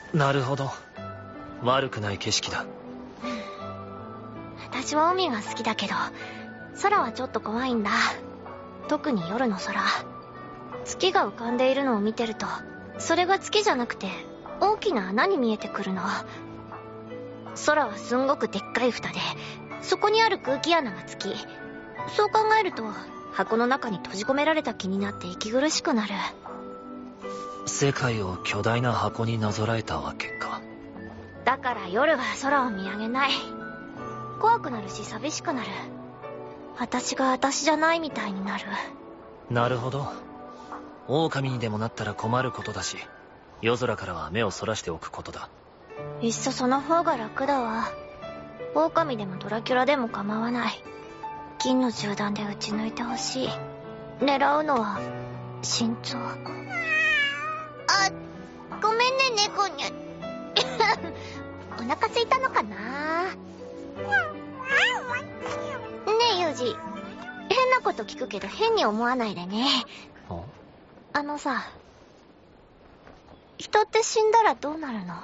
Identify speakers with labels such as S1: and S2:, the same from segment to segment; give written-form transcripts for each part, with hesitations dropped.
S1: なるほど。悪くない景色だ。
S2: 私は海が好きだけど、空はちょっと怖いんだ。特に夜の空。月が浮かんでいるのを見てると、それが月じゃなくて大きな穴に見えてくるの。空はすんごくでっかい蓋で、そこにある空気穴が月。そう考えると箱の中に閉じ込められた気になって息苦しくなる。
S1: 世界を巨大な箱になぞらえたわけか。
S2: だから夜は空を見上げない。怖くなるし寂しくなる。私が私じゃないみたいになる。
S1: なるほど。狼にでもなったら困ることだし、夜空からは目をそらしておくことだ。
S2: いっそその方が楽だわ。狼でもドラキュラでも構わない。銀の銃弾で撃ち抜いてほしい。狙うのは心臓。あ、ごめんね猫にゃ。お腹空いたのかな。ねえユージ、変なこと聞くけど変に思わないでね。あのさ、人って死んだらどうなるの？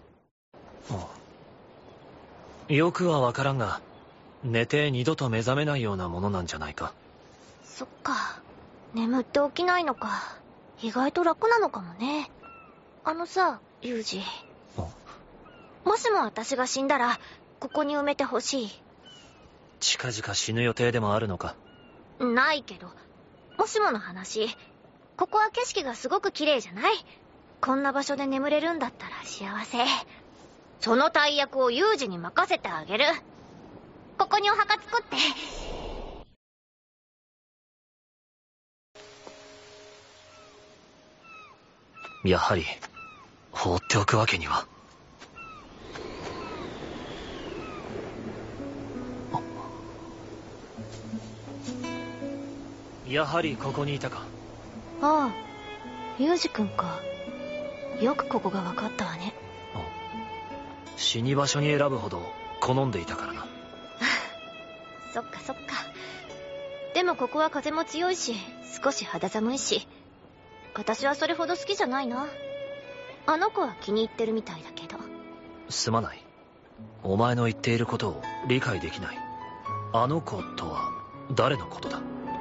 S1: よくはわからんが、寝て二度と目覚めないようなものなんじゃないか。
S2: そっか、眠って起きないのか。意外と楽なのかもね。あのさ、ユージ、もしも私が死んだらここに埋めてほしい。
S1: 近々死ぬ予定でもあるのか？
S2: ないけど、もしもの話、ここは景色がすごく綺麗じゃない？こんな場所で眠れるんだったら幸せ。その大役をユージに任せてあげる。ここにお墓作って。
S1: やはり放っておくわけには。やはりここにいたか。
S2: ああ、ユージくんか。よくここが分かったわね。
S1: 死に場所に選ぶほど好んでいたからな。
S2: そっかそっか。でもここは風も強いし、少し肌寒いし、私はそれほど好きじゃないな。あの子は気に入ってるみたいだけど。
S1: すまない。お前の言っていることを理解できない。あの子とは誰のことだ？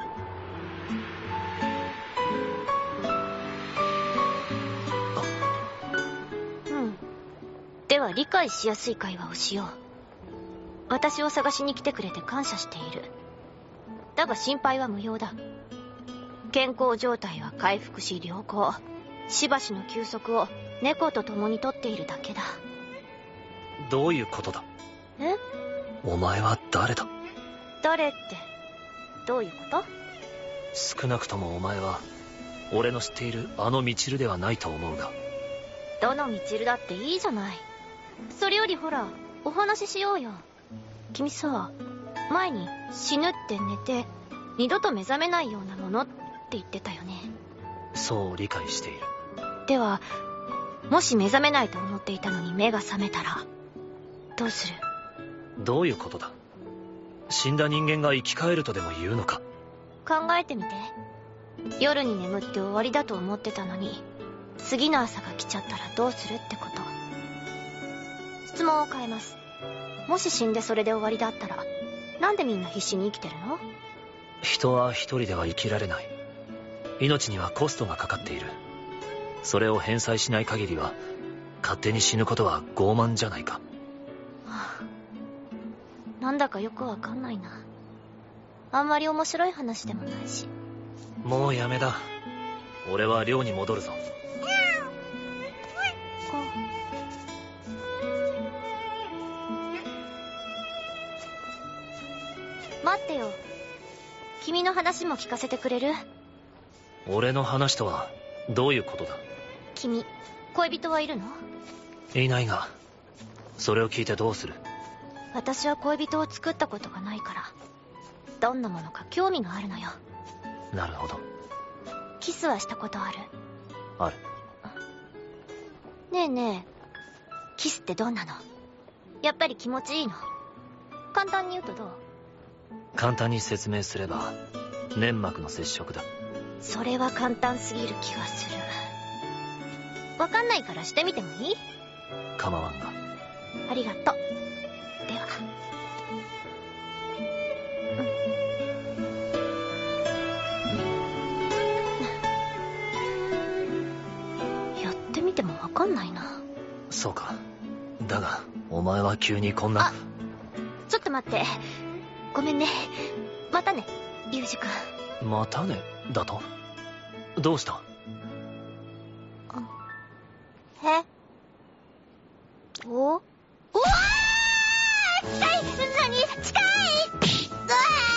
S2: では理解しやすい会話をしよう。私を探しに来てくれて感謝している。だが心配は無用だ。健康状態は回復し良好。しばしの休息を猫と共にとっているだけだ。
S1: どういうことだ？
S2: え？
S1: お前は誰だ？
S2: 誰ってどういうこと？
S1: 少なくともお前は俺の知っているあのミチルではないと思うが。
S2: どのミチルだっていいじゃない。それよりほら、お話ししようよ。君さ、前に死ぬって寝て二度と目覚めないようなものって言ってたよね。
S1: そう理解している。
S2: では、もし目覚めないと思っていたのに目が覚めたらどうする？
S1: どういうことだ？死んだ人間が生き返るとでも言うのか？
S2: 考えてみて。夜に眠って終わりだと思ってたのに、次の朝が来ちゃったらどうするってこと。質問を変えます。もし死んでそれで終わりだったら、なんでみんな必死に生きてるの？
S1: 人は一人では生きられない。命にはコストがかかっている。それを返済しない限りは勝手に死ぬことは傲慢じゃないか。
S2: はあ、なんだかよくわかんないな。あんまり面白い話でもないし。
S1: もうやめだ。俺は寮に戻るぞ。待ってよ。君の話も聞かせてくれる？俺の話とはどういうことだ？
S2: 君、恋人はいるの？
S1: いないが、それを聞いてどうする？
S2: 私は恋人を作ったことがないから、どんなものか興味があるのよ。
S1: なるほど。
S2: キスはしたことある？
S1: ある。
S2: ねえねえ、キスってどんなの？やっぱり気持ちいいの？簡単に言うとどう？
S1: 簡単に説明すれば粘膜の接触だ。
S2: それは簡単すぎる気がする。わかんないからしてみてもいい？
S1: 構わんが。
S2: ありがとう。では。やってみてもわかんないな。
S1: そうか。だがお前は急にこんな。
S2: あ、ちょっと待って。ごめんね。またね、ユージ君。
S1: またねだと？どうした？
S2: え？お？うわー！近い！何？近い！うわ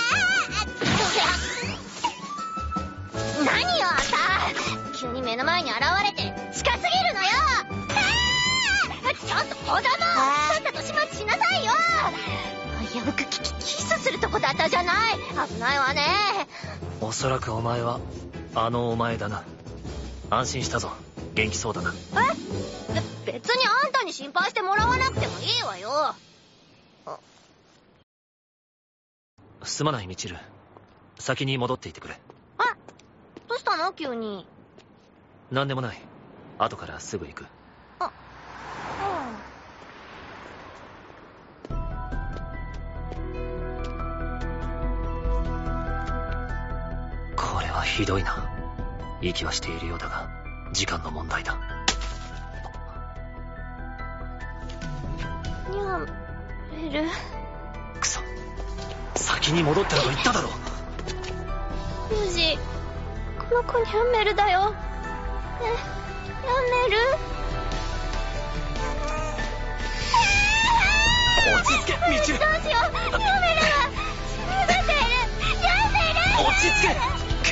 S2: ー！何よあんた！急に目の前に現れて近すぎるのよ！ちょっと子供！さっさと始末しなさいよ！危うくキスするとこだったじゃない！危ないわね。
S1: おそらくお前はあのお前だな。安心したぞ。元気そうだな。
S2: 別にあんたに心配してもらわなくてもいいわよ。
S1: すまないミチル。先に戻っていてくれ。
S2: あ、どうしたの急に。
S1: なんでもない。後からすぐ行く。これはひどいな。息はしているようだが時間の問題だ。
S2: にゃめる。
S1: くそ、先に戻ってと言っただろう。
S2: ユージ、この子にゃんめるだよ。ね、にゃんめる。
S1: 落ち着けミチル。
S2: どうしよう、にゃんめるが逃げている。にゃんめる。
S1: 落ち着け。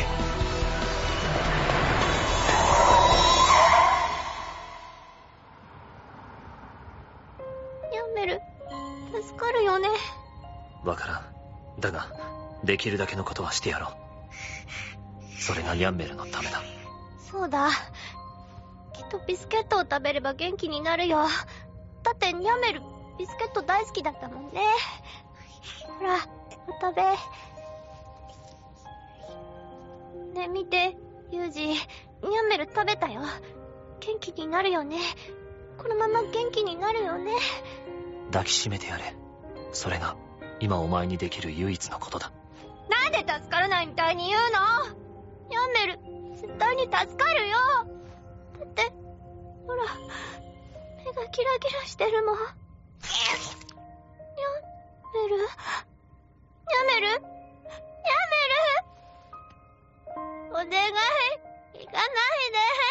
S2: にゃんめる、助かるよね。
S1: わからん。だができるだけのことはしてやろう。それがニャンメルのためだ。
S2: そうだ。きっとビスケットを食べれば元気になるよ。だってニャンメルビスケット大好きだったもんね。ほら、食べ。ね、見て、ユージ。ニャンメル食べたよ。元気になるよね。このまま元気になるよね。
S1: 抱きしめてやれ。それが今お前にできる唯一のことだ。
S2: なんで助からないみたいに言うの？ニャンメル絶対に助かるよ。だってほら、目がキラキラしてるもん。ニャンメル、ニャンメル、ニャンメル、お願い、行かないで。